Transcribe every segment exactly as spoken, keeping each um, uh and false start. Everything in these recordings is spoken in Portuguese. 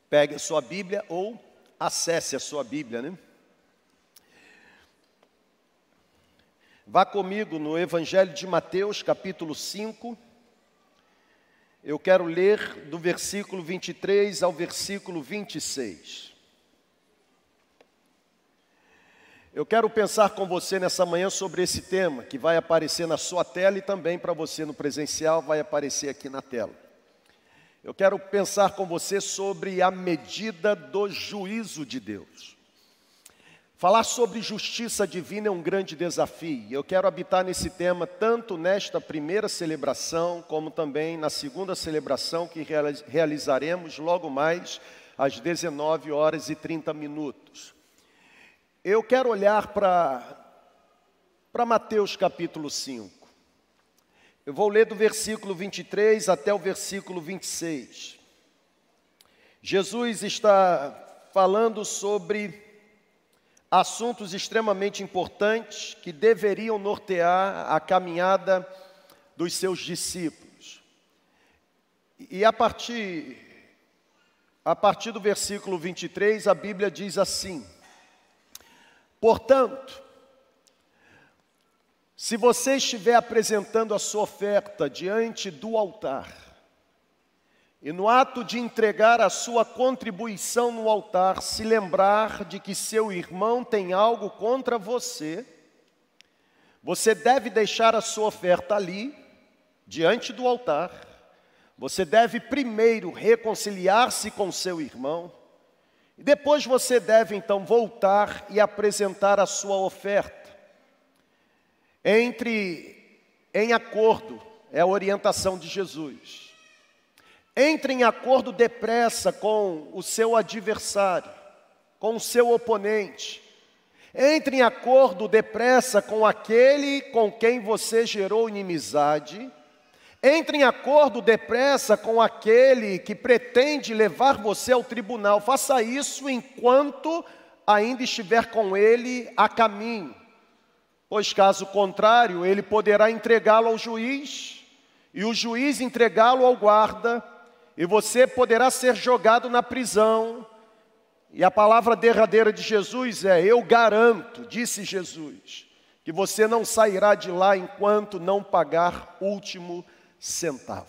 Pegue a sua Bíblia ou acesse a sua Bíblia, né? Vá comigo no Evangelho de Mateus, capítulo cinco. Eu quero ler do versículo vinte e três ao versículo vinte e seis. Eu quero pensar com você nessa manhã sobre esse tema, que vai aparecer na sua tela e também para você no presencial, vai aparecer aqui na tela. Eu quero pensar com você sobre a medida do juízo de Deus. Falar sobre justiça divina é um grande desafio. Eu quero habitar nesse tema tanto nesta primeira celebração, como também na segunda celebração que realizaremos logo mais às dezenove horas e trinta minutos. Eu quero olhar para para Mateus capítulo cinco. Eu vou ler do versículo vinte e três até o versículo vinte e seis. Jesus está falando sobre assuntos extremamente importantes que deveriam nortear a caminhada dos seus discípulos. E a partir, a partir do versículo vinte e três, a Bíblia diz assim: portanto, se você estiver apresentando a sua oferta diante do altar, e no ato de entregar a sua contribuição no altar, se lembrar de que seu irmão tem algo contra você, você deve deixar a sua oferta ali, diante do altar. Você deve primeiro reconciliar-se com seu irmão, e depois você deve então voltar e apresentar a sua oferta. Entre em acordo, é a orientação de Jesus. Entre em acordo depressa com o seu adversário, com o seu oponente. Entre em acordo depressa com aquele com quem você gerou inimizade. Entre em acordo depressa com aquele que pretende levar você ao tribunal. Faça isso enquanto ainda estiver com ele a caminho. Pois caso contrário, ele poderá entregá-lo ao juiz, e o juiz entregá-lo ao guarda, e você poderá ser jogado na prisão. E a palavra derradeira de Jesus é: eu garanto, disse Jesus, que você não sairá de lá enquanto não pagar último centavo.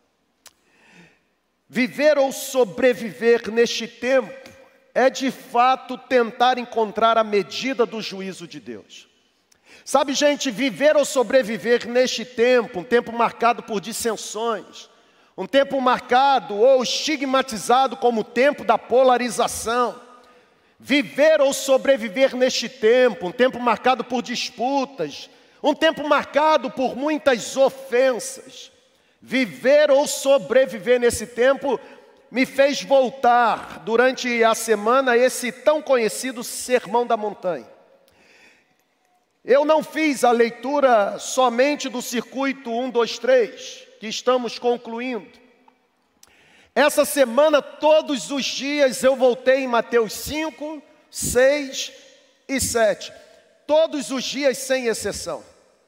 Viver ou sobreviver neste tempo é de fato tentar encontrar a medida do juízo de Deus. Sabe, gente, viver ou sobreviver neste tempo, um tempo marcado por dissensões, um tempo marcado ou estigmatizado como o tempo da polarização. Viver ou sobreviver neste tempo, um tempo marcado por disputas, um tempo marcado por muitas ofensas. Viver ou sobreviver nesse tempo me fez voltar durante a semana a esse tão conhecido Sermão da Montanha. Eu não fiz a leitura somente do circuito um, dois, três, que estamos concluindo. Essa semana, todos os dias, eu voltei em Mateus cinco, seis e sete. Todos os dias, sem exceção.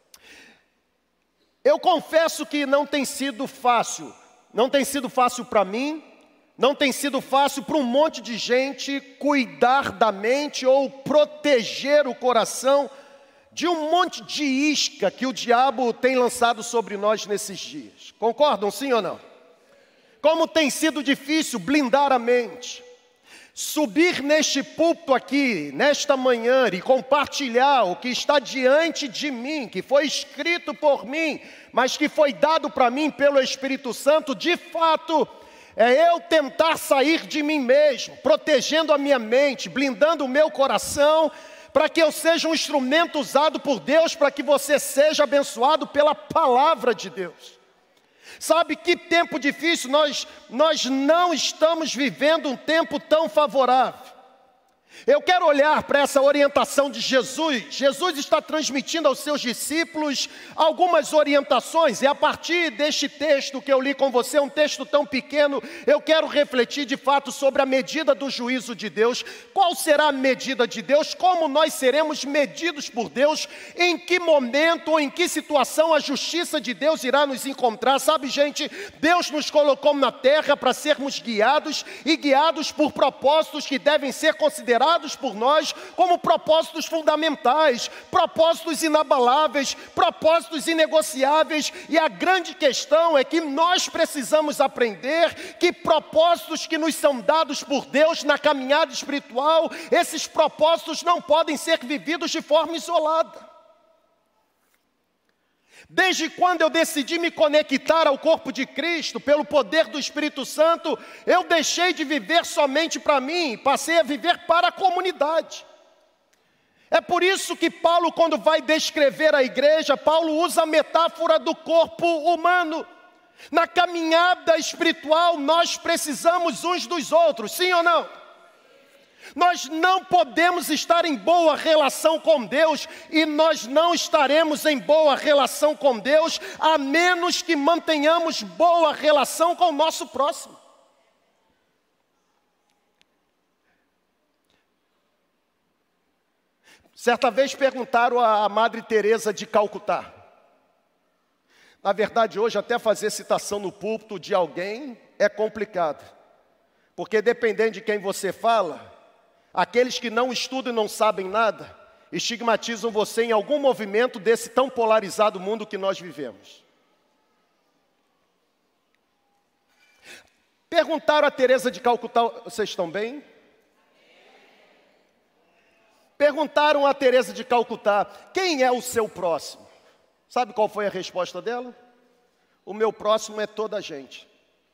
Eu confesso que não tem sido fácil. Não tem sido fácil para mim, não tem sido fácil para um monte de gente cuidar da mente ou proteger o coração de um monte de isca que o diabo tem lançado sobre nós nesses dias. Concordam, sim ou não? Como tem sido difícil blindar a mente. Subir neste púlpito aqui, nesta manhã, e compartilhar o que está diante de mim, que foi escrito por mim, mas que foi dado para mim pelo Espírito Santo, de fato, é eu tentar sair de mim mesmo, protegendo a minha mente, blindando o meu coração, para que eu seja um instrumento usado por Deus, para que você seja abençoado pela palavra de Deus. Sabe que tempo difícil, nós, nós não estamos vivendo um tempo tão favorável. Eu quero olhar para essa orientação de Jesus. Jesus está transmitindo aos seus discípulos algumas orientações, e a partir deste texto que eu li com você, um texto tão pequeno, eu quero refletir de fato sobre a medida do juízo de Deus. Qual será a medida de Deus? Como nós seremos medidos por Deus? Em que momento ou em que situação a justiça de Deus irá nos encontrar? Sabe, gente, Deus nos colocou na terra para sermos guiados, e guiados por propósitos que devem ser considerados por nós como propósitos fundamentais, propósitos inabaláveis, propósitos inegociáveis. E a grande questão é que nós precisamos aprender que propósitos que nos são dados por Deus na caminhada espiritual, esses propósitos não podem ser vividos de forma isolada. Desde quando eu decidi me conectar ao corpo de Cristo, pelo poder do Espírito Santo, eu deixei de viver somente para mim, passei a viver para a comunidade. É por isso que Paulo, quando vai descrever a igreja, Paulo usa a metáfora do corpo humano. Na caminhada espiritual, nós precisamos uns dos outros, sim ou não? Nós não podemos estar em boa relação com Deus, e nós não estaremos em boa relação com Deus a menos que mantenhamos boa relação com o nosso próximo. Certa vez perguntaram à Madre Teresa de Calcutá. Na verdade, hoje até fazer citação no púlpito de alguém é complicado, porque dependendo de quem você fala, aqueles que não estudam e não sabem nada, estigmatizam você em algum movimento desse tão polarizado mundo que nós vivemos. Perguntaram a Teresa de Calcutá, vocês estão bem? Perguntaram a Teresa de Calcutá, quem é o seu próximo? Sabe qual foi a resposta dela? O meu próximo é toda a gente.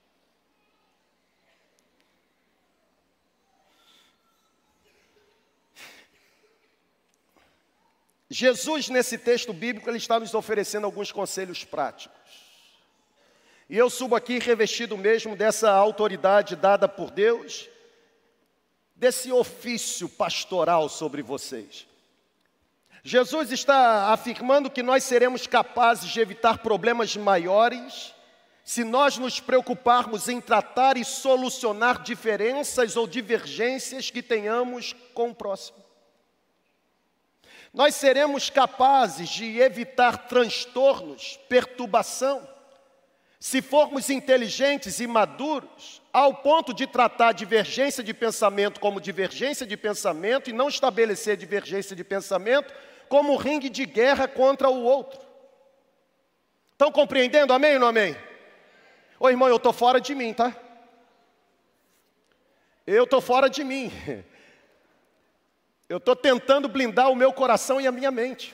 Jesus, nesse texto bíblico, ele está nos oferecendo alguns conselhos práticos. E eu subo aqui revestido mesmo dessa autoridade dada por Deus, desse ofício pastoral sobre vocês. Jesus está afirmando que nós seremos capazes de evitar problemas maiores se nós nos preocuparmos em tratar e solucionar diferenças ou divergências que tenhamos com o próximo. Nós seremos capazes de evitar transtornos, perturbação, se formos inteligentes e maduros, ao ponto de tratar divergência de pensamento como divergência de pensamento e não estabelecer divergência de pensamento como um ringue de guerra contra o outro. Estão compreendendo? Amém ou não amém? Ô irmão, eu estou fora de mim, tá? Eu estou fora de mim. Eu estou tentando blindar o meu coração e a minha mente.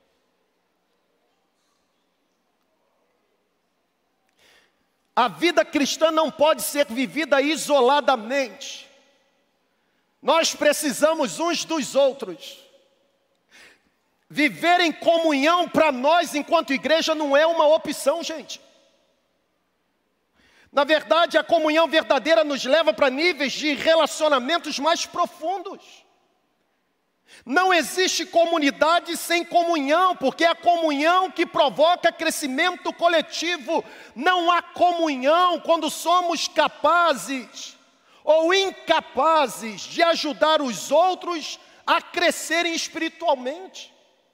A vida cristã não pode ser vivida isoladamente. Nós precisamos uns dos outros. Viver em comunhão para nós, enquanto igreja, não é uma opção, gente. Na verdade, a comunhão verdadeira nos leva para níveis de relacionamentos mais profundos. Não existe comunidade sem comunhão, porque é a comunhão que provoca crescimento coletivo. Não há comunhão quando somos capazes ou incapazes de ajudar os outros a crescerem espiritualmente.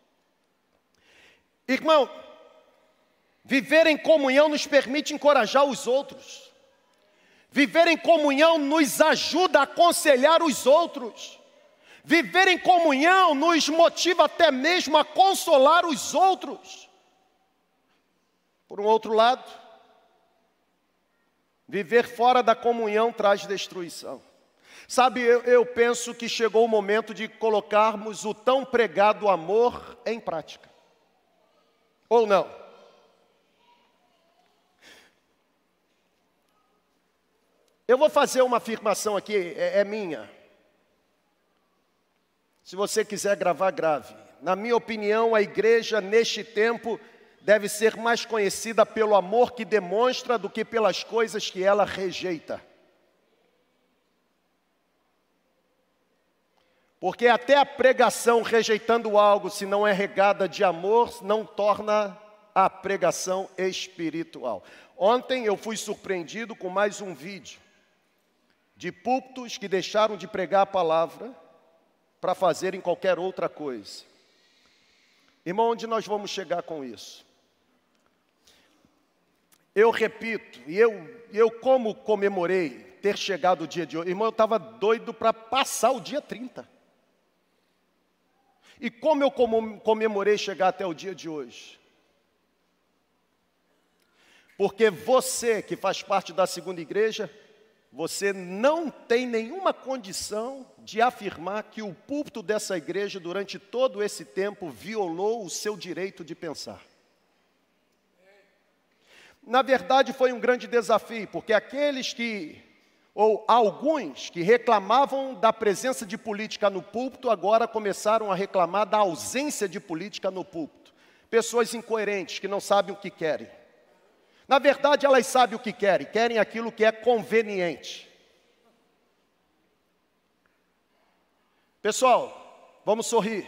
Irmão, viver em comunhão nos permite encorajar os outros. Viver em comunhão nos ajuda a aconselhar os outros. Viver em comunhão nos motiva até mesmo a consolar os outros. Por um outro lado, viver fora da comunhão traz destruição. Sabe, eu, eu penso que chegou o momento de colocarmos o tão pregado amor em prática. Ou não? Eu vou fazer uma afirmação aqui, é, é minha. Se você quiser gravar, grave. Na minha opinião, a igreja, neste tempo, deve ser mais conhecida pelo amor que demonstra do que pelas coisas que ela rejeita. Porque até a pregação rejeitando algo, se não é regada de amor, não torna a pregação espiritual. Ontem eu fui surpreendido com mais um vídeo de púlpitos que deixaram de pregar a palavra para fazerem qualquer outra coisa. Irmão, onde nós vamos chegar com isso? Eu repito, e eu, eu como comemorei ter chegado o dia de hoje, irmão, eu estava doido para passar o dia trinta. E como eu comemorei chegar até o dia de hoje? Porque você que faz parte da segunda igreja, você não tem nenhuma condição de afirmar que o púlpito dessa igreja, durante todo esse tempo, violou o seu direito de pensar. Na verdade, foi um grande desafio, porque aqueles que, ou alguns que reclamavam da presença de política no púlpito, agora começaram a reclamar da ausência de política no púlpito. Pessoas incoerentes, que não sabem o que querem. Na verdade, elas sabem o que querem, querem aquilo que é conveniente. Pessoal, vamos sorrir.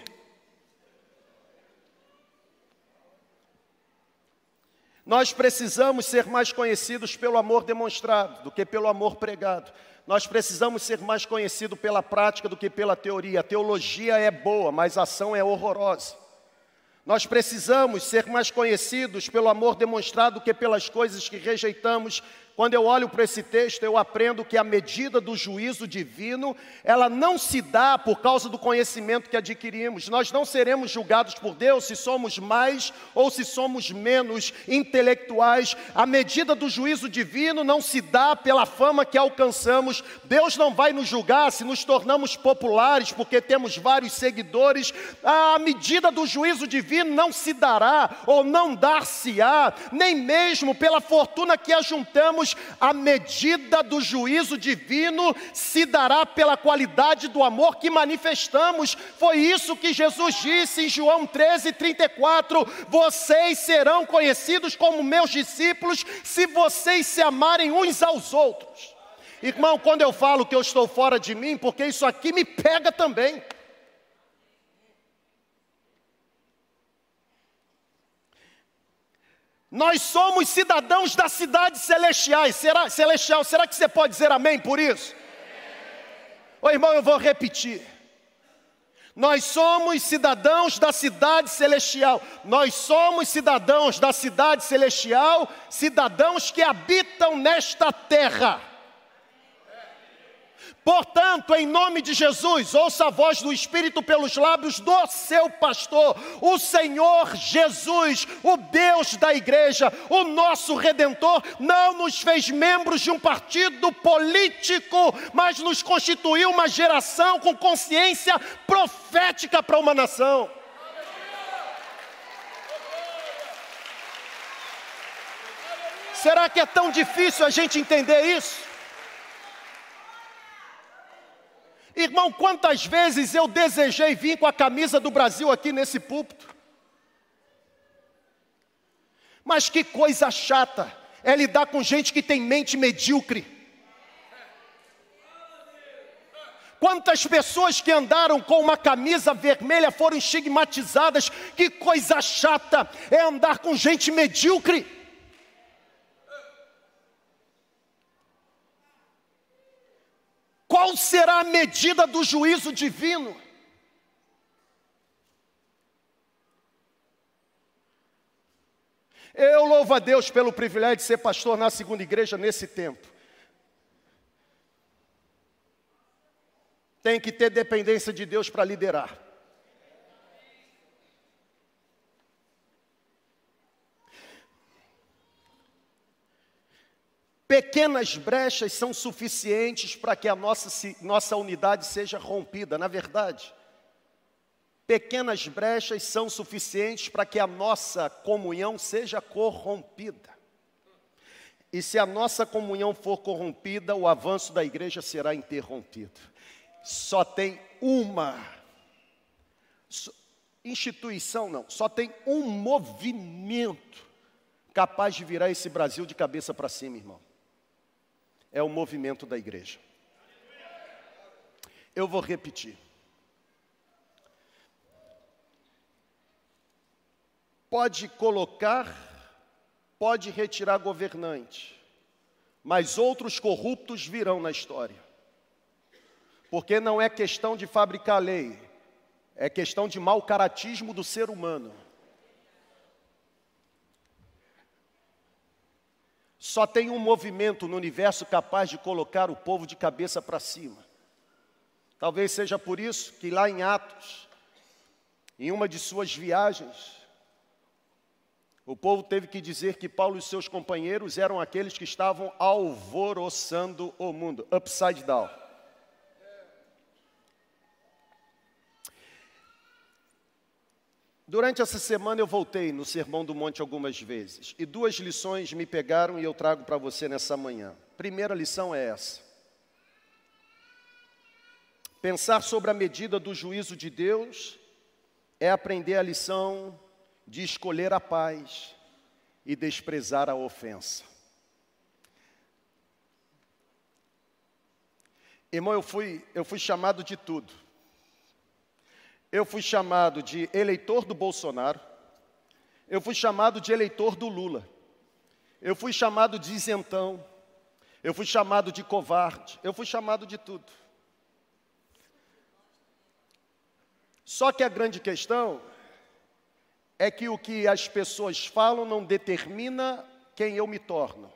Nós precisamos ser mais conhecidos pelo amor demonstrado do que pelo amor pregado. Nós precisamos ser mais conhecidos pela prática do que pela teoria. A teologia é boa, mas a ação é horrorosa. Nós precisamos ser mais conhecidos pelo amor demonstrado do que pelas coisas que rejeitamos. Quando eu olho para esse texto, eu aprendo que a medida do juízo divino, ela não se dá por causa do conhecimento que adquirimos. Nós não seremos julgados por Deus se somos mais ou se somos menos intelectuais. A medida do juízo divino não se dá pela fama que alcançamos. Deus não vai nos julgar se nos tornamos populares porque temos vários seguidores. A medida do juízo divino não se dará ou não dar-se-á, nem mesmo pela fortuna que ajuntamos. A medida do juízo divino se dará pela qualidade do amor que manifestamos. Foi isso que Jesus disse em João treze, trinta e quatro. Vocês serão conhecidos como meus discípulos se vocês se amarem uns aos outros. Irmão, quando eu falo que eu estou fora de mim, porque isso aqui me pega também. Nós somos cidadãos das cidades celestiais. Será, celestial, será que você pode dizer amém por isso? Ô irmão, eu vou repetir. Nós somos cidadãos da cidade celestial. Nós somos cidadãos da cidade celestial, cidadãos que habitam nesta terra. Portanto, em nome de Jesus, ouça a voz do Espírito pelos lábios do seu pastor, o Senhor Jesus, o Deus da igreja, o nosso Redentor, não nos fez membros de um partido político, mas nos constituiu uma geração com consciência profética para uma nação. Será que é tão difícil a gente entender isso? Irmão, quantas vezes eu desejei vir com a camisa do Brasil aqui nesse púlpito? Mas que coisa chata é lidar com gente que tem mente medíocre. Quantas pessoas que andaram com uma camisa vermelha foram estigmatizadas. Que coisa chata é andar com gente medíocre. Qual será a medida do juízo divino? Eu louvo a Deus pelo privilégio de ser pastor na segunda igreja nesse tempo. Tem que ter dependência de Deus para liderar. Pequenas brechas são suficientes para que a nossa, nossa unidade seja rompida. Na verdade, pequenas brechas são suficientes para que a nossa comunhão seja corrompida. E se a nossa comunhão for corrompida, o avanço da igreja será interrompido. Só tem uma instituição, não, só tem um movimento capaz de virar esse Brasil de cabeça para cima, irmão. É o movimento da igreja. Eu vou repetir. pode colocar, pode retirar governante, mas outros corruptos virão na história. Porque não é questão de fabricar lei, é questão de mau caratismo do ser humano. Só tem um movimento no universo capaz de colocar o povo de cabeça para cima. Talvez seja por isso que lá em Atos, em uma de suas viagens, o povo teve que dizer que Paulo e seus companheiros eram aqueles que estavam alvoroçando o mundo, upside down. Durante essa semana eu voltei no Sermão do Monte algumas vezes, e duas lições me pegaram e eu trago para você nessa manhã. Primeira lição é essa: pensar sobre a medida do juízo de Deus é aprender a lição de escolher a paz e desprezar a ofensa. Irmão, eu fui, eu fui chamado de tudo. Eu fui chamado de eleitor do Bolsonaro, eu fui chamado de eleitor do Lula, eu fui chamado de isentão, eu fui chamado de covarde, eu fui chamado de tudo. Só que a grande questão é que o que as pessoas falam não determina quem eu me torno.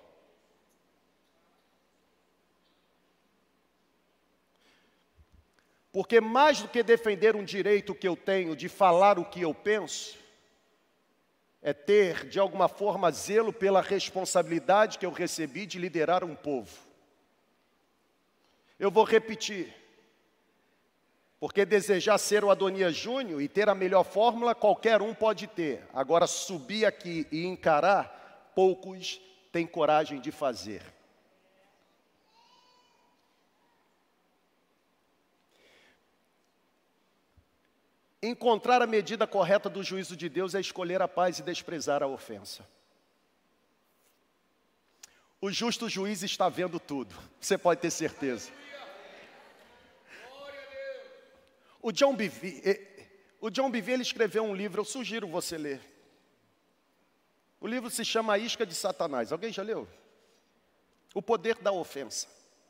Porque mais do que defender um direito que eu tenho de falar o que eu penso, é ter, de alguma forma, zelo pela responsabilidade que eu recebi de liderar um povo. Eu vou repetir. Porque desejar ser o Adonias Júnior e ter a melhor fórmula, qualquer um pode ter. Agora, subir aqui e encarar, poucos têm coragem de fazer. Encontrar a medida correta do juízo de Deus é escolher a paz e desprezar a ofensa. O justo juiz está vendo tudo, você pode ter certeza. O John Bevere, o John Bevere ele escreveu um livro, eu sugiro você ler. O livro se chama A Isca de Satanás. Alguém já leu? O Poder da Ofensa.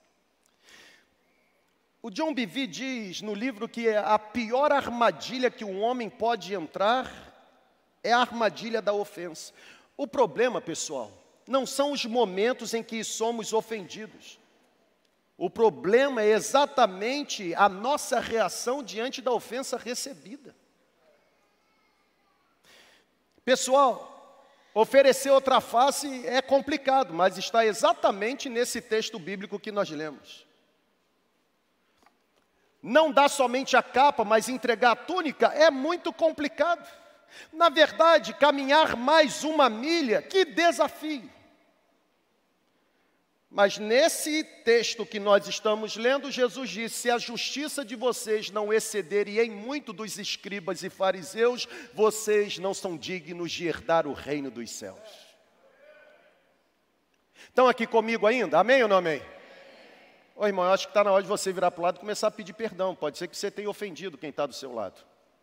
O John Bevere diz no livro que a pior armadilha que um homem pode entrar é a armadilha da ofensa. O problema, pessoal, não são os momentos em que somos ofendidos. O problema é exatamente a nossa reação diante da ofensa recebida. Pessoal, oferecer outra face é complicado, mas está exatamente nesse texto bíblico que nós lemos. Não dar somente a capa, mas entregar a túnica é muito complicado. Na verdade, caminhar mais uma milha, que desafio. Mas nesse texto que nós estamos lendo, Jesus disse: se a justiça de vocês não exceder e em muito dos escribas e fariseus, vocês não são dignos de herdar o reino dos céus. Estão aqui comigo ainda? Amém ou não amém? Ô irmão, eu acho que está na hora de você virar para o lado e começar a pedir perdão. Pode ser que você tenha ofendido quem está do seu lado.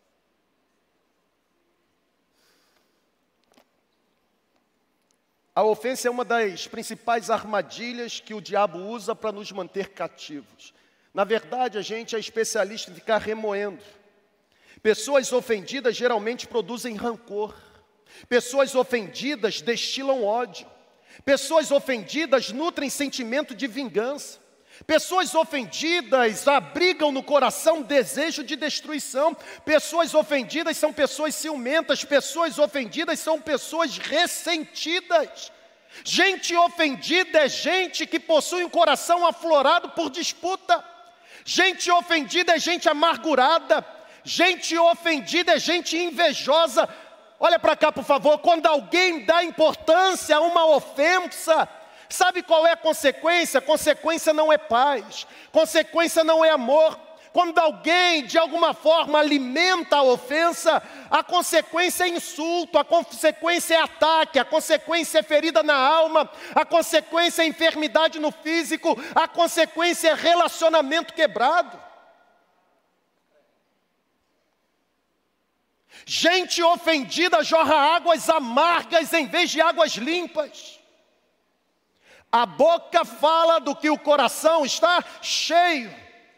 A ofensa é uma das principais armadilhas que o diabo usa para nos manter cativos. Na verdade, a gente é especialista em ficar remoendo. Pessoas ofendidas geralmente produzem rancor. Pessoas ofendidas destilam ódio. Pessoas ofendidas nutrem sentimento de vingança. Pessoas ofendidas abrigam no coração desejo de destruição. Pessoas ofendidas são pessoas ciumentas. Pessoas ofendidas são pessoas ressentidas. Gente ofendida é gente que possui um coração aflorado por disputa. Gente ofendida é gente amargurada. Gente ofendida é gente invejosa. Olha para cá, por favor. Quando alguém dá importância a uma ofensa, sabe qual é a consequência? Consequência não é paz, consequência não é amor. Quando alguém, de alguma forma, alimenta a ofensa, a consequência é insulto, a consequência é ataque, a consequência é ferida na alma, a consequência é enfermidade no físico, a consequência é relacionamento quebrado. Gente ofendida jorra águas amargas em vez de águas limpas. A boca fala do que o coração está cheio.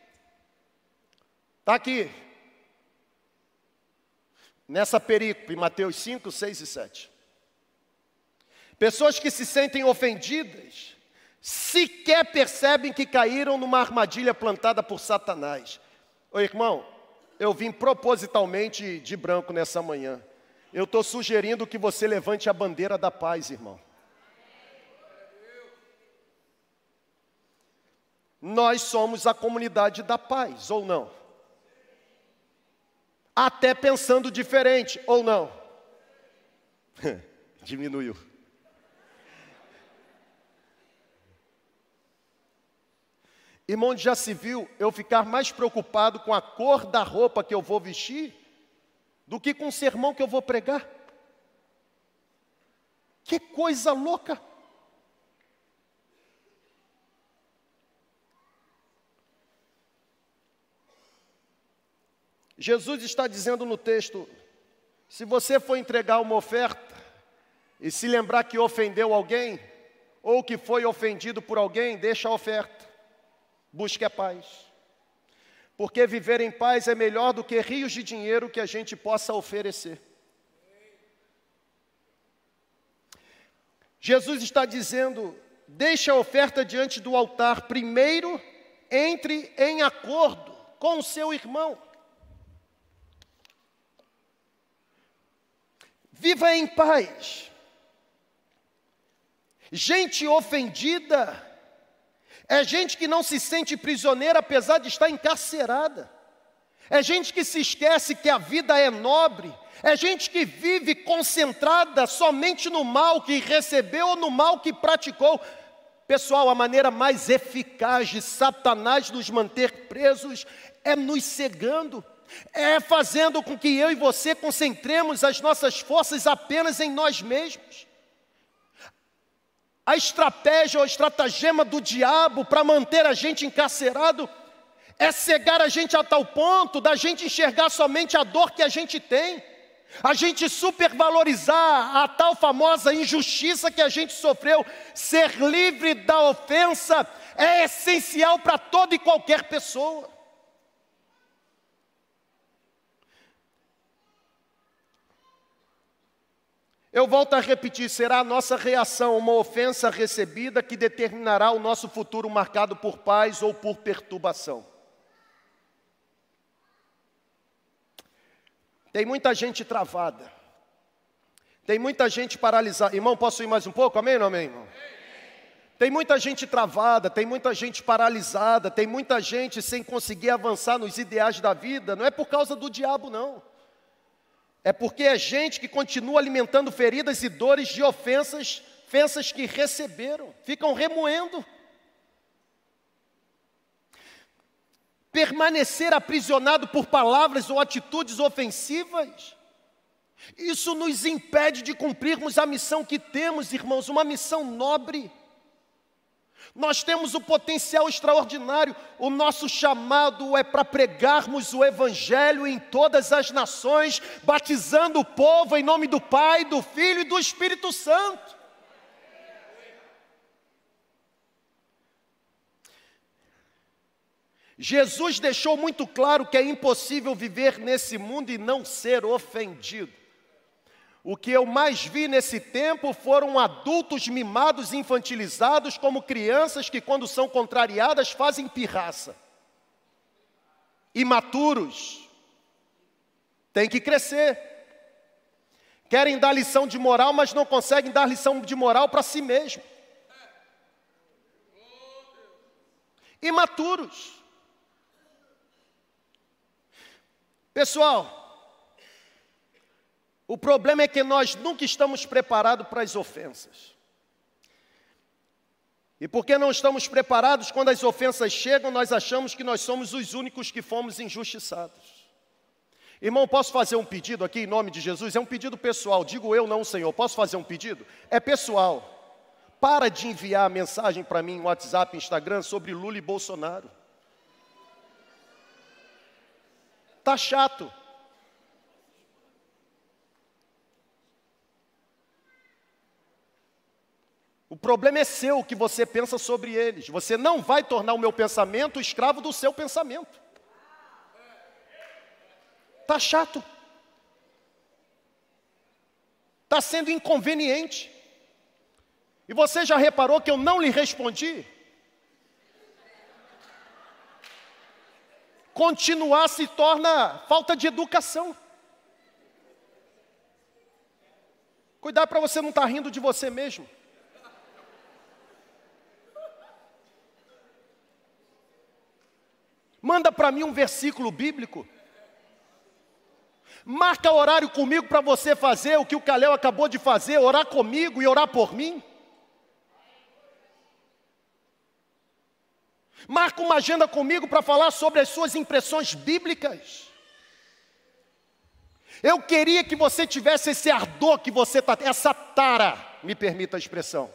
Está aqui. Nessa perícope, Mateus cinco, seis e sete. Pessoas que se sentem ofendidas, sequer percebem que caíram numa armadilha plantada por Satanás. Ô irmão, eu vim propositalmente de branco nessa manhã. Eu estou sugerindo que você levante a bandeira da paz, irmão. Nós somos a comunidade da paz, ou não? Até pensando diferente, ou não? Diminuiu. Irmão, já se viu eu ficar mais preocupado com a cor da roupa que eu vou vestir do que com o sermão que eu vou pregar? Que coisa louca! Jesus está dizendo no texto, se você for entregar uma oferta e se lembrar que ofendeu alguém, ou que foi ofendido por alguém, deixa a oferta. Busque a paz. Porque viver em paz é melhor do que rios de dinheiro que a gente possa oferecer. Jesus está dizendo, deixe a oferta diante do altar. Primeiro, entre em acordo com o seu irmão. Viva em paz. Gente ofendida é gente que não se sente prisioneira apesar de estar encarcerada. É gente que se esquece que a vida é nobre. É gente que vive concentrada somente no mal que recebeu ou no mal que praticou. Pessoal, a maneira mais eficaz de Satanás nos manter presos é nos cegando. É fazendo com que eu e você concentremos as nossas forças apenas em nós mesmos. A estratégia ou estratagema do diabo para manter a gente encarcerado é cegar a gente a tal ponto da gente enxergar somente a dor que a gente tem. A gente supervalorizar a tal famosa injustiça que a gente sofreu. Ser livre da ofensa é essencial para toda e qualquer pessoa. Eu volto a repetir, será a nossa reação a uma ofensa recebida que determinará o nosso futuro marcado por paz ou por perturbação. Tem muita gente travada. Tem muita gente paralisada. Irmão, posso ir mais um pouco? Amém ou não amém, irmão? Tem muita gente travada, tem muita gente paralisada, tem muita gente sem conseguir avançar nos ideais da vida. Não é por causa do diabo, não. É porque é gente que continua alimentando feridas e dores de ofensas, ofensas que receberam, ficam remoendo. Permanecer aprisionado por palavras ou atitudes ofensivas, isso nos impede de cumprirmos a missão que temos, irmãos, uma missão nobre. Nós temos o potencial extraordinário, o nosso chamado é para pregarmos o Evangelho em todas as nações, batizando o povo em nome do Pai, do Filho e do Espírito Santo. Jesus deixou muito claro que é impossível viver nesse mundo e não ser ofendido. O que eu mais vi nesse tempo foram adultos mimados e infantilizados como crianças que, quando são contrariadas, fazem pirraça. Imaturos. Tem que crescer. Querem dar lição de moral, mas não conseguem dar lição de moral para si mesmo. Imaturos. Pessoal, o problema é que nós nunca estamos preparados para as ofensas. E porque não estamos preparados, quando as ofensas chegam, nós achamos que nós somos os únicos que fomos injustiçados. Irmão, posso fazer um pedido aqui em nome de Jesus? É um pedido pessoal, digo eu não, Senhor. Posso fazer um pedido? É pessoal. Para de enviar mensagem para mim no WhatsApp, Instagram sobre Lula e Bolsonaro. Tá chato. problema é seu, o que você pensa sobre eles. Você não vai tornar o meu pensamento escravo do seu pensamento. Está chato. Está sendo inconveniente. E você já reparou que eu não lhe respondi? Continuar se torna falta de educação. Cuidado para você não estar rindo de você mesmo. Manda para mim um versículo bíblico. Marca horário comigo para você fazer o que o Calel acabou de fazer, orar comigo e orar por mim. Marca uma agenda comigo para falar sobre as suas impressões bíblicas. Eu queria que você tivesse esse ardor que você está, essa tara, me permita a expressão.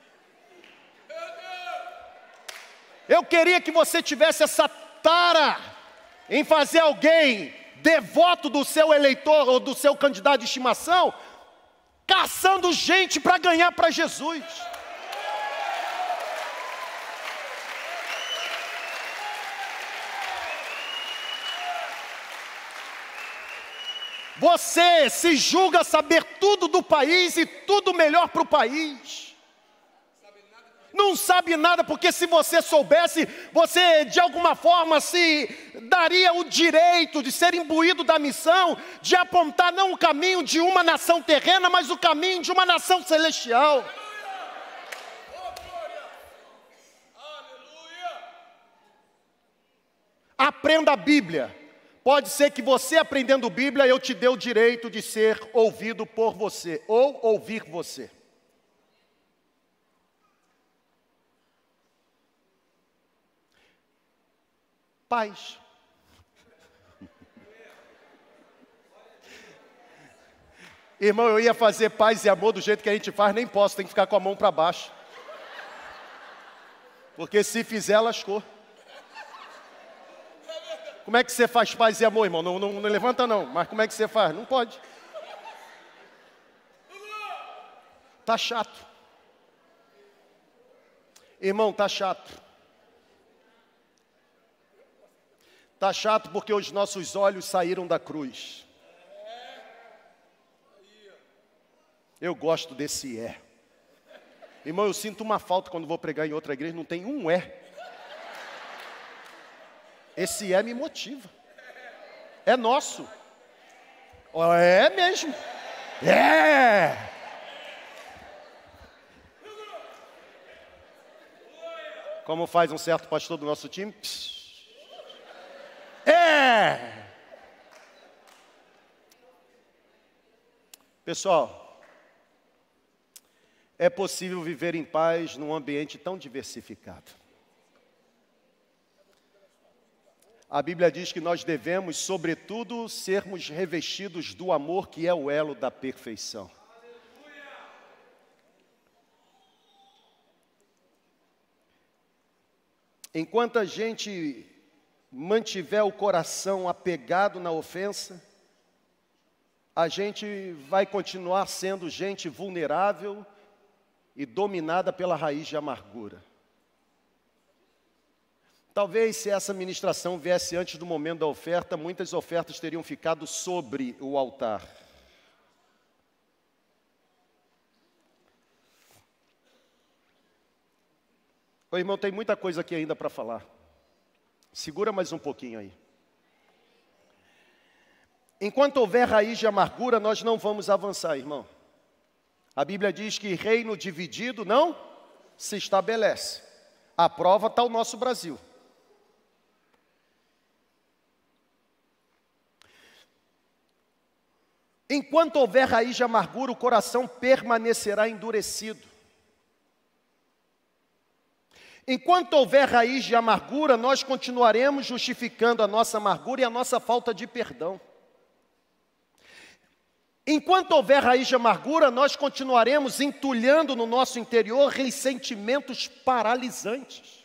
Eu queria que você tivesse essa tara em fazer alguém devoto do seu eleitor ou do seu candidato de estimação, caçando gente para ganhar para Jesus. Você se julga saber tudo do país e tudo melhor para o país. Não sabe nada, porque se você soubesse, você de alguma forma se daria o direito de ser imbuído da missão, de apontar não o caminho de uma nação terrena, mas o caminho de uma nação celestial. Aprenda a Bíblia. Pode ser que você aprendendo Bíblia, eu te dê o direito de ser ouvido por você, ou ouvir você. Paz. Irmão, eu ia fazer paz e amor do jeito que a gente faz, nem posso, tem que ficar com a mão para baixo. Porque se fizer, lascou. Como é que você faz paz e amor, irmão? Não, não, não levanta não, mas como é que você faz? Não pode. Tá chato. Irmão, tá chato. Tá chato porque os nossos olhos saíram da cruz. Eu gosto desse é. Irmão, eu sinto uma falta quando vou pregar em outra igreja, não tem um é. Esse é me motiva. É nosso. É mesmo. É. Como faz um certo pastor do nosso time? É. Pessoal, é possível viver em paz num ambiente tão diversificado. A Bíblia diz que nós devemos, sobretudo, sermos revestidos do amor, que é o elo da perfeição. Enquanto a gente mantiver o coração apegado na ofensa, a gente vai continuar sendo gente vulnerável e dominada pela raiz de amargura. Talvez se essa ministração viesse antes do momento da oferta, muitas ofertas teriam ficado sobre o altar. Ô irmão, tem muita coisa aqui ainda para falar. Segura mais um pouquinho aí. Enquanto houver raiz de amargura, nós não vamos avançar, irmão. A Bíblia diz que reino dividido não se estabelece. A prova está o nosso Brasil. Enquanto houver raiz de amargura, o coração permanecerá endurecido. Enquanto houver raiz de amargura, nós continuaremos justificando a nossa amargura e a nossa falta de perdão. Enquanto houver raiz de amargura, nós continuaremos entulhando no nosso interior ressentimentos paralisantes.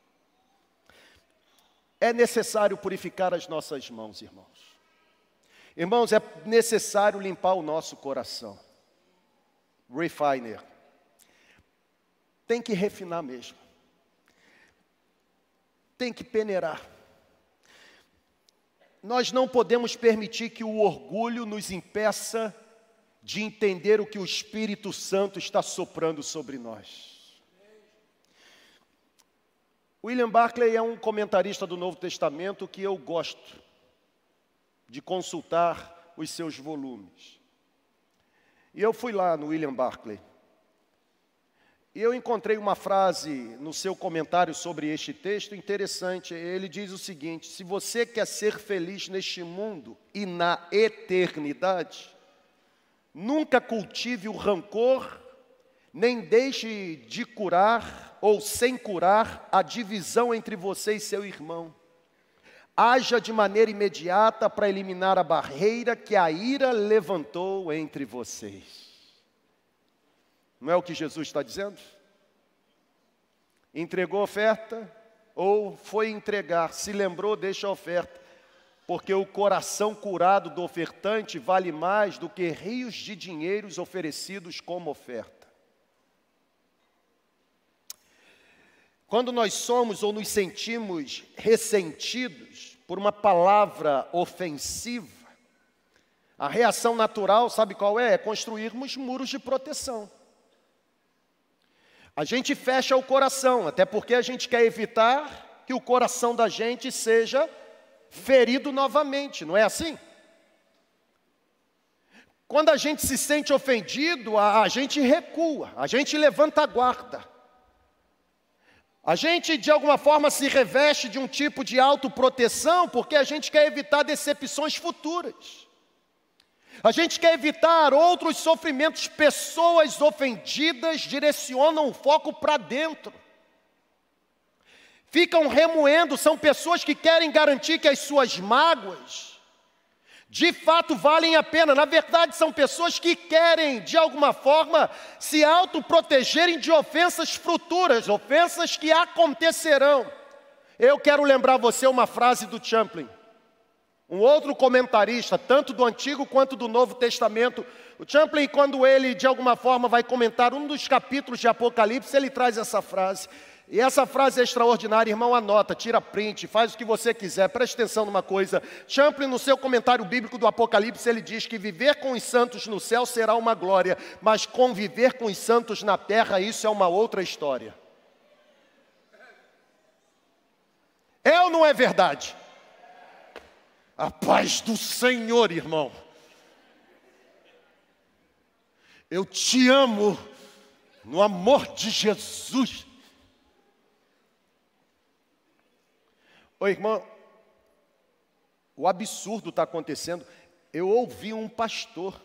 É necessário purificar as nossas mãos, irmãos. Irmãos, é necessário limpar o nosso coração. Refiner. tem que refinar mesmo. Tem que peneirar. Nós não podemos permitir que o orgulho nos impeça de entender o que o Espírito Santo está soprando sobre nós. William Barclay é um comentarista do Novo Testamento que eu gosto de consultar os seus volumes. E eu fui lá no William Barclay. E eu encontrei uma frase no seu comentário sobre este texto interessante. Ele diz o seguinte: se você quer ser feliz neste mundo e na eternidade, nunca cultive o rancor, nem deixe de curar ou sem curar a divisão entre você e seu irmão. Haja de maneira imediata para eliminar a barreira que a ira levantou entre vocês. Não é o que Jesus está dizendo? Entregou a oferta ou foi entregar, se lembrou, deixa a oferta, porque o coração curado do ofertante vale mais do que rios de dinheiros oferecidos como oferta. Quando nós somos ou nos sentimos ressentidos por uma palavra ofensiva, a reação natural, sabe qual é? É construirmos muros de proteção. A gente fecha o coração, até porque a gente quer evitar que o coração da gente seja ferido novamente, não é assim? Quando a gente se sente ofendido, a, a gente recua, a gente levanta a guarda. A gente, de alguma forma, se reveste de um tipo de autoproteção, porque a gente quer evitar decepções futuras. A gente quer evitar outros sofrimentos. Pessoas ofendidas direcionam o foco para dentro. Ficam remoendo, são pessoas que querem garantir que as suas mágoas, de fato, valem a pena. Na verdade, são pessoas que querem, de alguma forma, se autoprotegerem de ofensas futuras, ofensas que acontecerão. Eu quero lembrar você uma frase do Champlin. Um outro comentarista, tanto do Antigo quanto do Novo Testamento. O Champlin, quando ele, de alguma forma, vai comentar um dos capítulos de Apocalipse, ele traz essa frase. E essa frase é extraordinária, irmão, anota, tira print, faz o que você quiser. Preste atenção numa coisa. Champlin, no seu comentário bíblico do Apocalipse, ele diz que viver com os santos no céu será uma glória, mas conviver com os santos na terra, isso é uma outra história. É ou não é verdade? A paz do Senhor, irmão. Eu te amo no amor de Jesus. Ô irmão, o absurdo está acontecendo. Eu ouvi um pastor,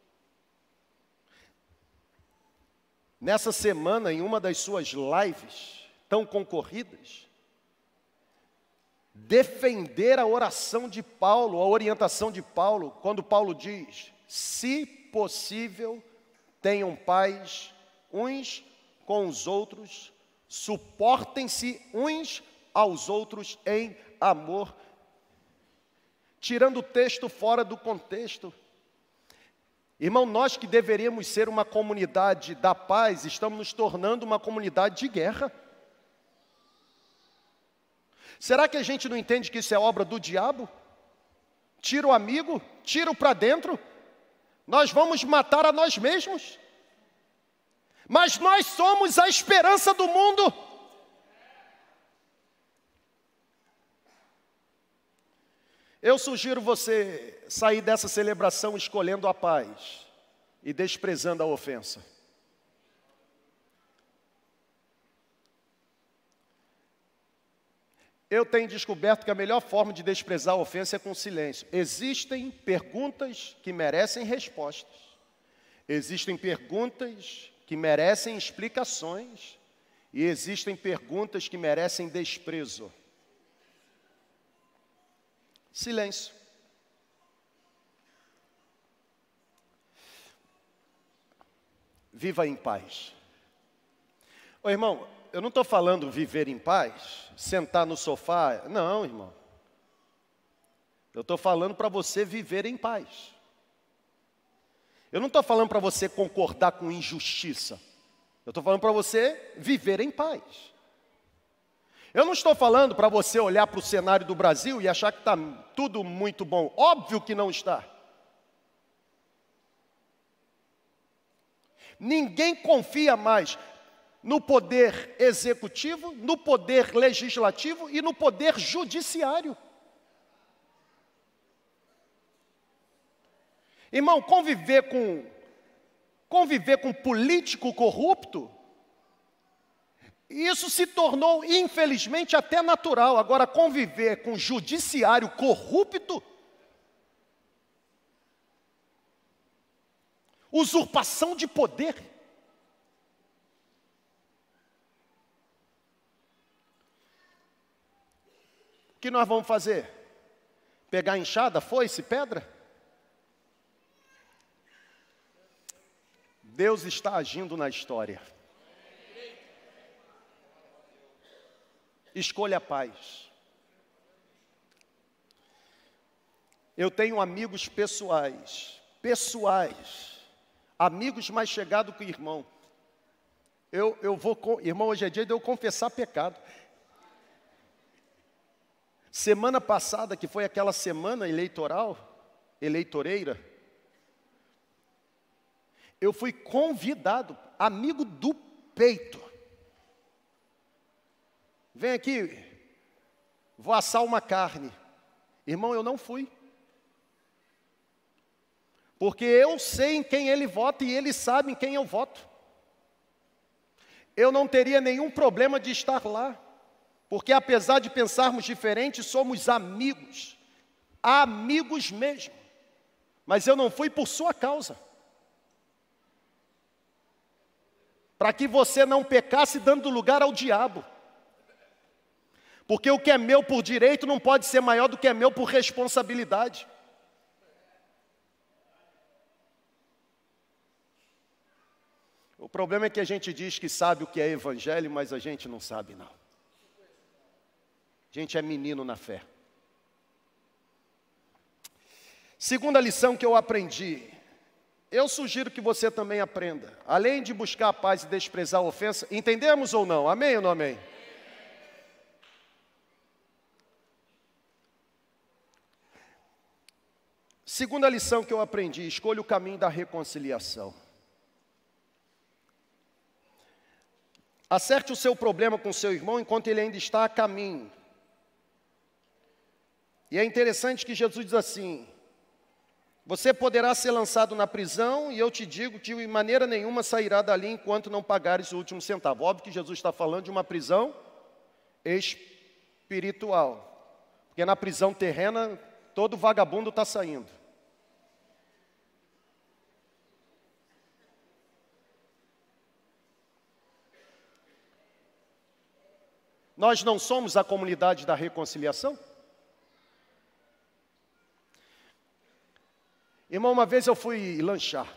nessa semana, em uma das suas lives tão concorridas, defender a oração de Paulo, a orientação de Paulo, quando Paulo diz: se possível, tenham paz uns com os outros, suportem-se uns aos outros em amor. Tirando o texto fora do contexto. Irmão, nós que deveríamos ser uma comunidade da paz, estamos nos tornando uma comunidade de guerra. Será que a gente não entende que isso é obra do diabo? Tira o amigo, tira o para dentro. Nós vamos matar a nós mesmos. Mas nós somos a esperança do mundo. Eu sugiro você sair dessa celebração escolhendo a paz e desprezando a ofensa. Eu tenho descoberto que a melhor forma de desprezar a ofensa é com silêncio. Existem perguntas que merecem respostas. Existem perguntas que merecem explicações. E existem perguntas que merecem desprezo. Silêncio. Viva em paz. Ô irmão, eu não estou falando viver em paz, sentar no sofá. Não, irmão. Eu estou falando para você viver em paz. Eu não estou falando para você concordar com injustiça. Eu estou falando para você viver em paz. Eu não estou falando para você olhar para o cenário do Brasil e achar que está tudo muito bom. Óbvio que não está. Ninguém confia mais no poder executivo, no poder legislativo e no poder judiciário. Irmão, conviver com, conviver com político corrupto, isso se tornou, infelizmente, até natural. Agora, conviver com judiciário corrupto, usurpação de poder. O que nós vamos fazer? Pegar enxada, foice, pedra? Deus está agindo na história. Escolha a paz. Eu tenho amigos pessoais, pessoais, amigos mais chegados que o irmão. Eu, eu vou, irmão, hoje é dia de eu confessar pecado. Semana passada, que foi aquela semana eleitoral, eleitoreira, eu fui convidado, amigo do peito. Vem aqui, vou assar uma carne. Irmão, eu não fui. Porque eu sei em quem ele vota e ele sabe em quem eu voto. Eu não teria nenhum problema de estar lá. Porque apesar de pensarmos diferentes, somos amigos. Amigos mesmo. Mas eu não fui por sua causa. Para que você não pecasse dando lugar ao diabo. Porque o que é meu por direito não pode ser maior do que é meu por responsabilidade. O problema é que a gente diz que sabe o que é evangelho, mas a gente não sabe não. A gente é menino na fé. Segunda lição que eu aprendi. Eu sugiro que você também aprenda. Além de buscar a paz e desprezar a ofensa, entendemos ou não? Amém ou não amém? Segunda lição que eu aprendi, escolha o caminho da reconciliação. Acerte o seu problema com seu irmão enquanto ele ainda está a caminho. E é interessante que Jesus diz assim, você poderá ser lançado na prisão e eu te digo que de maneira nenhuma sairá dali enquanto não pagares o último centavo. Óbvio que Jesus está falando de uma prisão espiritual. Porque na prisão terrena, todo vagabundo está saindo. Nós não somos a comunidade da reconciliação? Irmão, uma vez eu fui lanchar.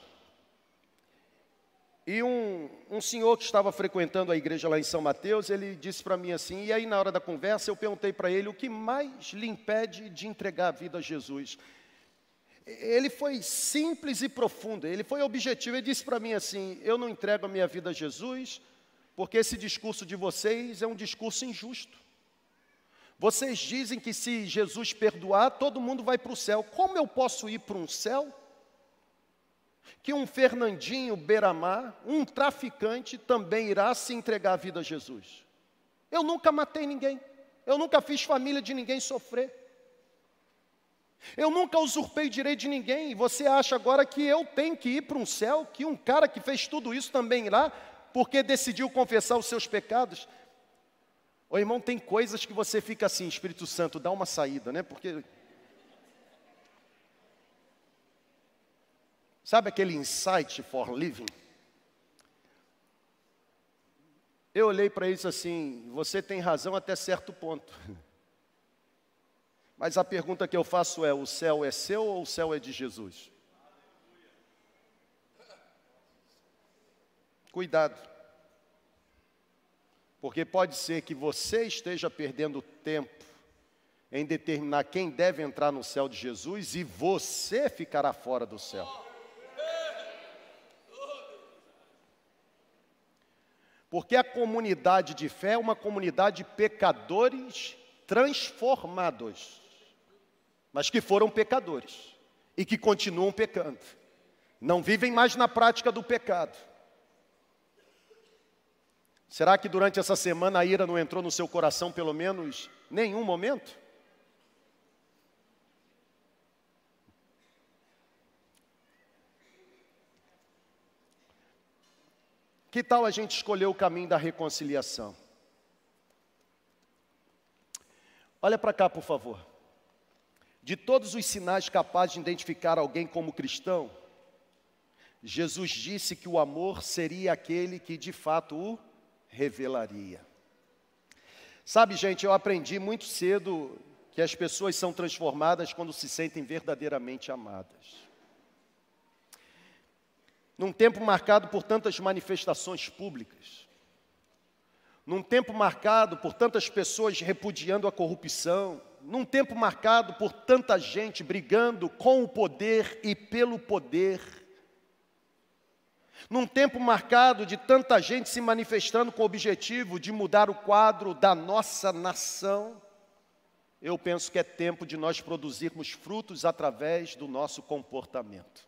E um, um senhor que estava frequentando a igreja lá em São Mateus, ele disse para mim assim, e aí na hora da conversa eu perguntei para ele, o que mais lhe impede de entregar a vida a Jesus? Ele foi simples e profundo, ele foi objetivo, ele disse para mim assim, eu não entrego a minha vida a Jesus, porque esse discurso de vocês é um discurso injusto. Vocês dizem que se Jesus perdoar, todo mundo vai para o céu. Como eu posso ir para um céu que um Fernandinho Beiramar, um traficante, também irá se entregar a vida a Jesus? Eu nunca matei ninguém. Eu nunca fiz família de ninguém sofrer. Eu nunca usurpei direito de ninguém. E você acha agora que eu tenho que ir para um céu, que um cara que fez tudo isso também irá, porque decidiu confessar os seus pecados? Ô irmão, tem coisas que você fica assim, Espírito Santo, dá uma saída, né? Porque... Sabe aquele insight for living? Eu olhei para isso assim, você tem razão até certo ponto. Mas a pergunta que eu faço é, o céu é seu ou o céu é de Jesus? Cuidado. Porque pode ser que você esteja perdendo tempo em determinar quem deve entrar no céu de Jesus e você ficará fora do céu. Porque a comunidade de fé é uma comunidade de pecadores transformados, mas que foram pecadores e que continuam pecando. Não vivem mais na prática do pecado. Será que durante essa semana a ira não entrou no seu coração pelo menos nenhum momento? Que tal a gente escolher o caminho da reconciliação? Olha para cá, por favor. De todos os sinais capazes de identificar alguém como cristão, Jesus disse que o amor seria aquele que de fato o revelaria. Sabe, gente, eu aprendi muito cedo que as pessoas são transformadas quando se sentem verdadeiramente amadas. Num tempo marcado por tantas manifestações públicas, num tempo marcado por tantas pessoas repudiando a corrupção, num tempo marcado por tanta gente brigando com o poder e pelo poder, num tempo marcado de tanta gente se manifestando com o objetivo de mudar o quadro da nossa nação, eu penso que é tempo de nós produzirmos frutos através do nosso comportamento.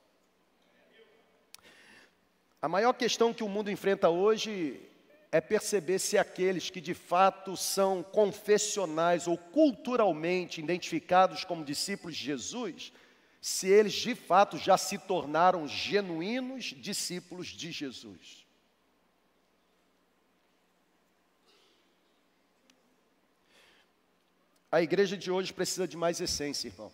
A maior questão que o mundo enfrenta hoje é perceber se aqueles que de fato são confessionais ou culturalmente identificados como discípulos de Jesus, se eles de fato já se tornaram genuínos discípulos de Jesus. A igreja de hoje precisa de mais essência, irmão.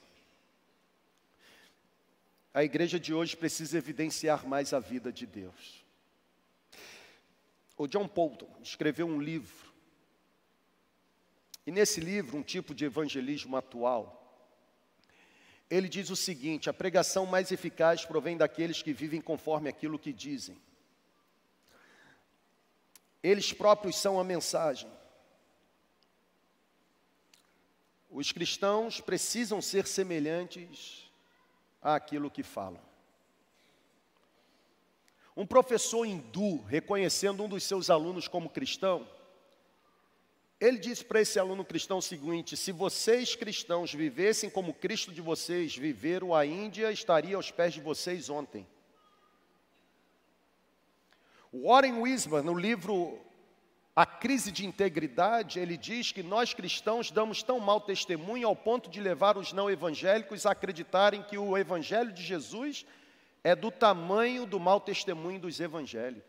A igreja de hoje precisa evidenciar mais a vida de Deus. O John Bolton escreveu um livro, e nesse livro, um tipo de evangelismo atual, ele diz o seguinte: a pregação mais eficaz provém daqueles que vivem conforme aquilo que dizem. Eles próprios são a mensagem. Os cristãos precisam ser semelhantes àquilo que falam. Um professor hindu, reconhecendo um dos seus alunos como cristão, ele disse para esse aluno cristão o seguinte: se vocês cristãos vivessem como Cristo de vocês viveram, a Índia estaria aos pés de vocês ontem. Warren Wiersbe, no livro A Crise de Integridade, ele diz que nós cristãos damos tão mau testemunho ao ponto de levar os não evangélicos a acreditarem que o evangelho de Jesus é do tamanho do mau testemunho dos evangélicos.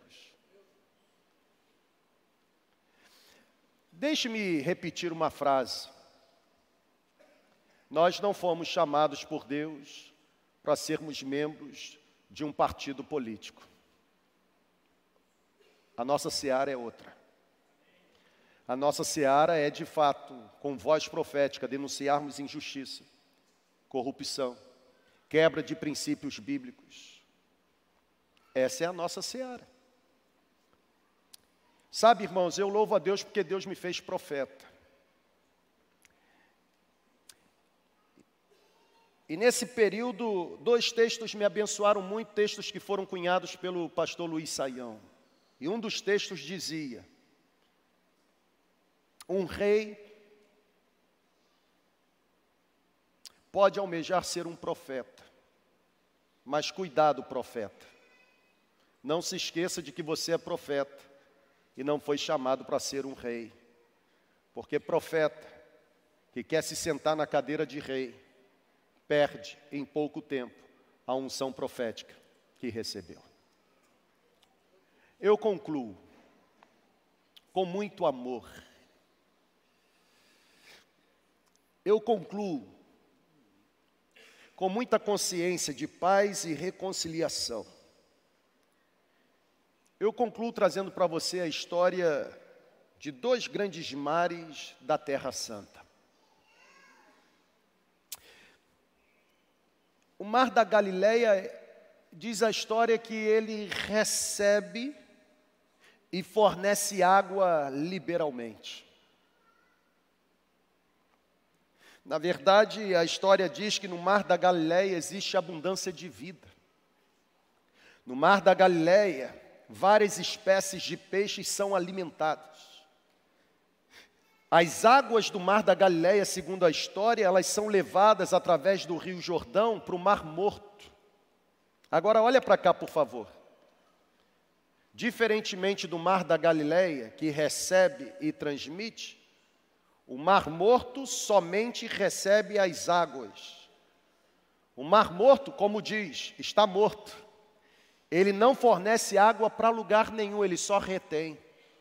Deixe-me repetir uma frase. Nós não fomos chamados por Deus para sermos membros de um partido político. A nossa seara é outra. A nossa seara é, de fato, com voz profética, denunciarmos injustiça, corrupção, quebra de princípios bíblicos. Essa é a nossa seara. Sabe, irmãos, eu louvo a Deus porque Deus me fez profeta. E nesse período, dois textos me abençoaram muito, textos que foram cunhados pelo pastor Luiz Saião. E um dos textos dizia: um rei pode almejar ser um profeta, mas cuidado, profeta. Não se esqueça de que você é profeta e não foi chamado para ser um rei. Porque profeta que quer se sentar na cadeira de rei, perde em pouco tempo a unção profética que recebeu. Eu concluo com muito amor. Eu concluo com muita consciência de paz e reconciliação. Eu concluo trazendo para você a história de dois grandes mares da Terra Santa. O Mar da Galileia diz a história que ele recebe e fornece água liberalmente. Na verdade, a história diz que no Mar da Galileia existe abundância de vida. No Mar da Galileia várias espécies de peixes são alimentados. As águas do Mar da Galileia, segundo a história, elas são levadas através do Rio Jordão para o Mar Morto. Agora olha para cá, por favor. Diferentemente do Mar da Galileia, que recebe e transmite, o Mar Morto somente recebe as águas. O Mar Morto, como diz, está morto. Ele não fornece água para lugar nenhum, ele só retém.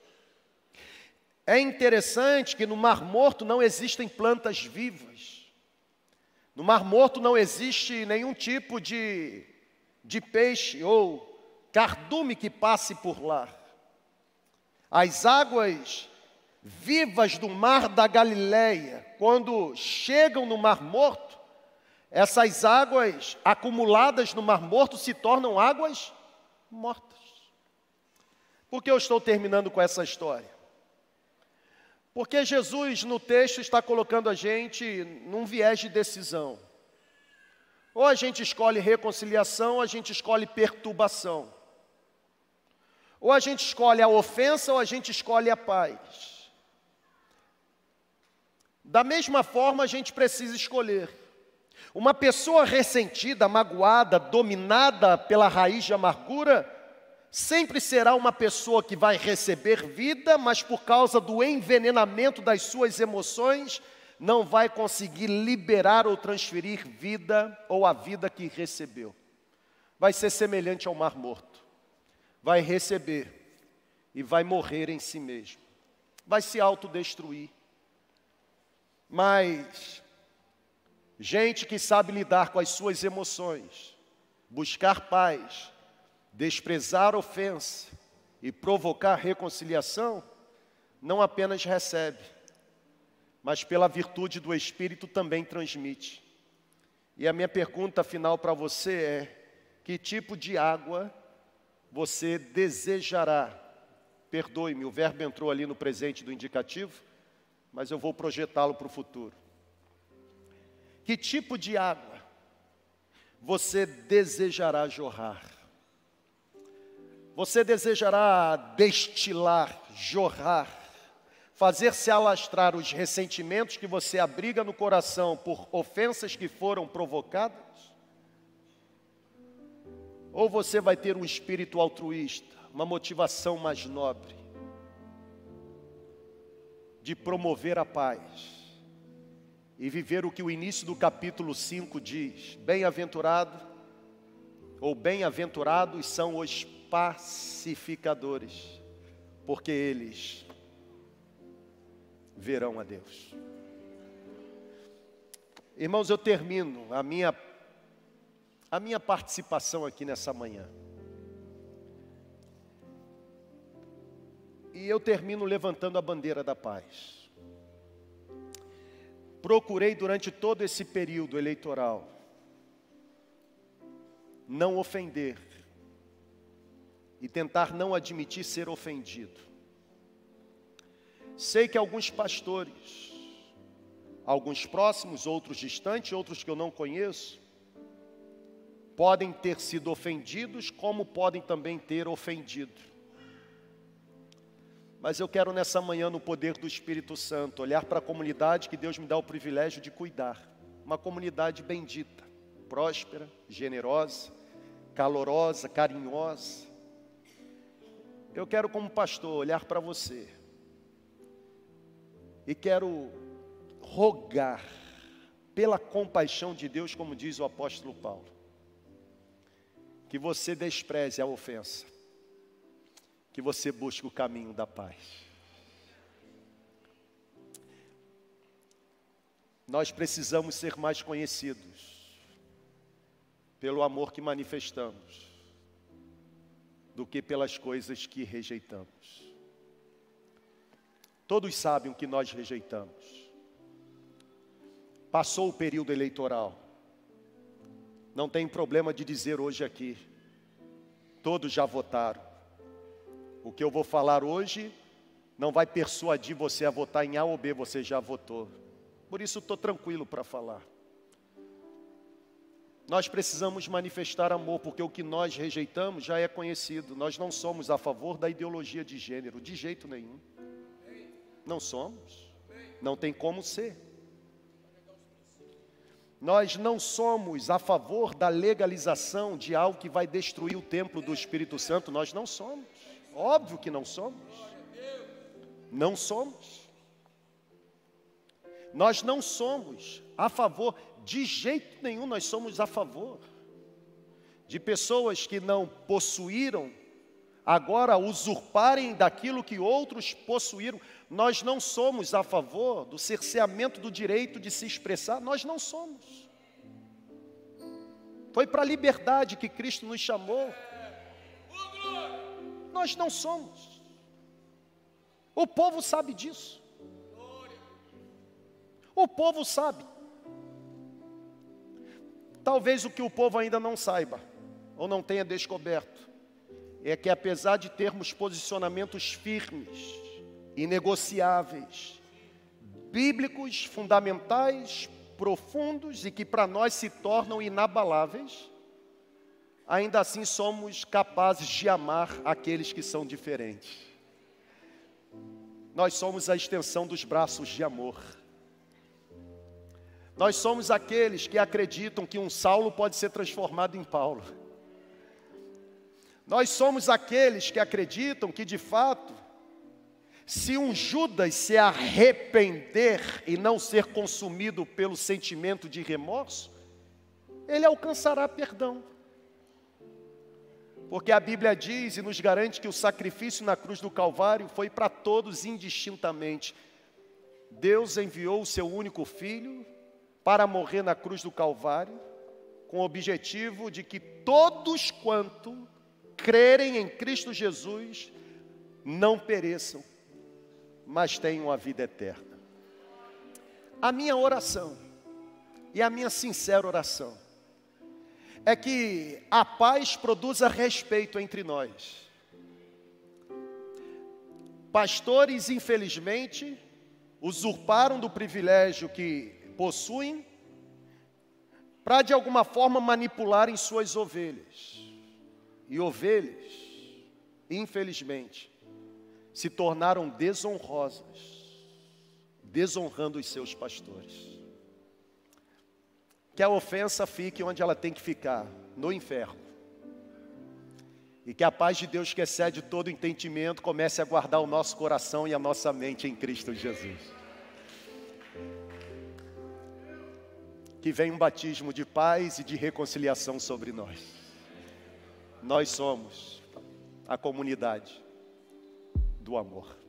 É interessante que no Mar Morto não existem plantas vivas. No Mar Morto não existe nenhum tipo de, de peixe ou cardume que passe por lá. As águas vivas do Mar da Galileia, quando chegam no Mar Morto, essas águas acumuladas no Mar Morto se tornam águas mortas. Por que eu estou terminando com essa história? Porque Jesus, no texto, está colocando a gente num viés de decisão. Ou a gente escolhe reconciliação, ou a gente escolhe perturbação. Ou a gente escolhe a ofensa, ou a gente escolhe a paz. Da mesma forma, a gente precisa escolher. Uma pessoa ressentida, magoada, dominada pela raiz de amargura, sempre será uma pessoa que vai receber vida, mas por causa do envenenamento das suas emoções, não vai conseguir liberar ou transferir vida ou a vida que recebeu. Vai ser semelhante ao Mar Morto. Vai receber e vai morrer em si mesmo. Vai se autodestruir. Mas gente que sabe lidar com as suas emoções, buscar paz, desprezar a ofensa e provocar reconciliação, não apenas recebe, mas pela virtude do Espírito também transmite. E a minha pergunta final para você é: que tipo de água você desejará? Perdoe-me, o verbo entrou ali no presente do indicativo, mas eu vou projetá-lo para o futuro. Que tipo de água você desejará jorrar? Você desejará destilar, jorrar, fazer-se alastrar os ressentimentos que você abriga no coração por ofensas que foram provocadas? Ou você vai ter um espírito altruísta, uma motivação mais nobre, de promover a paz e viver o que o início do capítulo cinco diz: bem-aventurado ou bem-aventurados são os pacificadores, porque eles verão a Deus. Irmãos, eu termino a minha, a minha participação aqui nessa manhã. E eu termino levantando a bandeira da paz. Procurei durante todo esse período eleitoral não ofender e tentar não admitir ser ofendido. Sei que alguns pastores, alguns próximos, outros distantes, outros que eu não conheço, podem ter sido ofendidos, como podem também ter ofendido. Mas eu quero nessa manhã, no poder do Espírito Santo, olhar para a comunidade que Deus me dá o privilégio de cuidar. Uma comunidade bendita, próspera, generosa, calorosa, carinhosa. Eu quero, como pastor, olhar para você e quero rogar pela compaixão de Deus, como diz o apóstolo Paulo, que você despreze a ofensa, que você busque o caminho da paz. Nós precisamos ser mais conhecidos pelo amor que manifestamos do que pelas coisas que rejeitamos. Todos sabem o que nós rejeitamos. Passou o período eleitoral. Não tem problema de dizer hoje aqui. Todos já votaram. O que eu vou falar hoje não vai persuadir você a votar em A ou B, você já votou. Por isso estou tranquilo para falar. Nós precisamos manifestar amor, porque o que nós rejeitamos já é conhecido. Nós não somos a favor da ideologia de gênero, de jeito nenhum. Não somos. Não tem como ser. Nós não somos a favor da legalização de algo que vai destruir o templo do Espírito Santo. Nós não somos. Óbvio que não somos. Não somos. Nós não somos a favor, de jeito nenhum nós somos a favor de pessoas que não possuíram, agora usurparem daquilo que outros possuíram. Nós não somos a favor do cerceamento do direito de se expressar. Nós não somos. Foi para a liberdade que Cristo nos chamou. Nós não somos. O povo sabe disso. O povo sabe. Talvez o que o povo ainda não saiba, ou não tenha descoberto, é que apesar de termos posicionamentos firmes, inegociáveis, bíblicos, fundamentais, profundos e que para nós se tornam inabaláveis, ainda assim somos capazes de amar aqueles que são diferentes. Nós somos a extensão dos braços de amor. Nós somos aqueles que acreditam que um Saulo pode ser transformado em Paulo. Nós somos aqueles que acreditam que, de fato, se um Judas se arrepender e não ser consumido pelo sentimento de remorso, ele alcançará perdão. Porque a Bíblia diz e nos garante que o sacrifício na cruz do Calvário foi para todos indistintamente. Deus enviou o seu único filho para morrer na cruz do Calvário, com o objetivo de que todos quanto crerem em Cristo Jesus não pereçam, mas tenham a vida eterna. A minha oração, e a minha sincera oração, é que a paz produza respeito entre nós. Pastores, infelizmente, usurparam do privilégio que possuem para de alguma forma manipularem suas ovelhas. E ovelhas, infelizmente, se tornaram desonrosas, desonrando os seus pastores. Que a ofensa fique onde ela tem que ficar, no inferno. E que a paz de Deus, que excede todo entendimento, comece a guardar o nosso coração e a nossa mente em Cristo Jesus. Que venha um batismo de paz e de reconciliação sobre nós. Nós somos a comunidade do amor.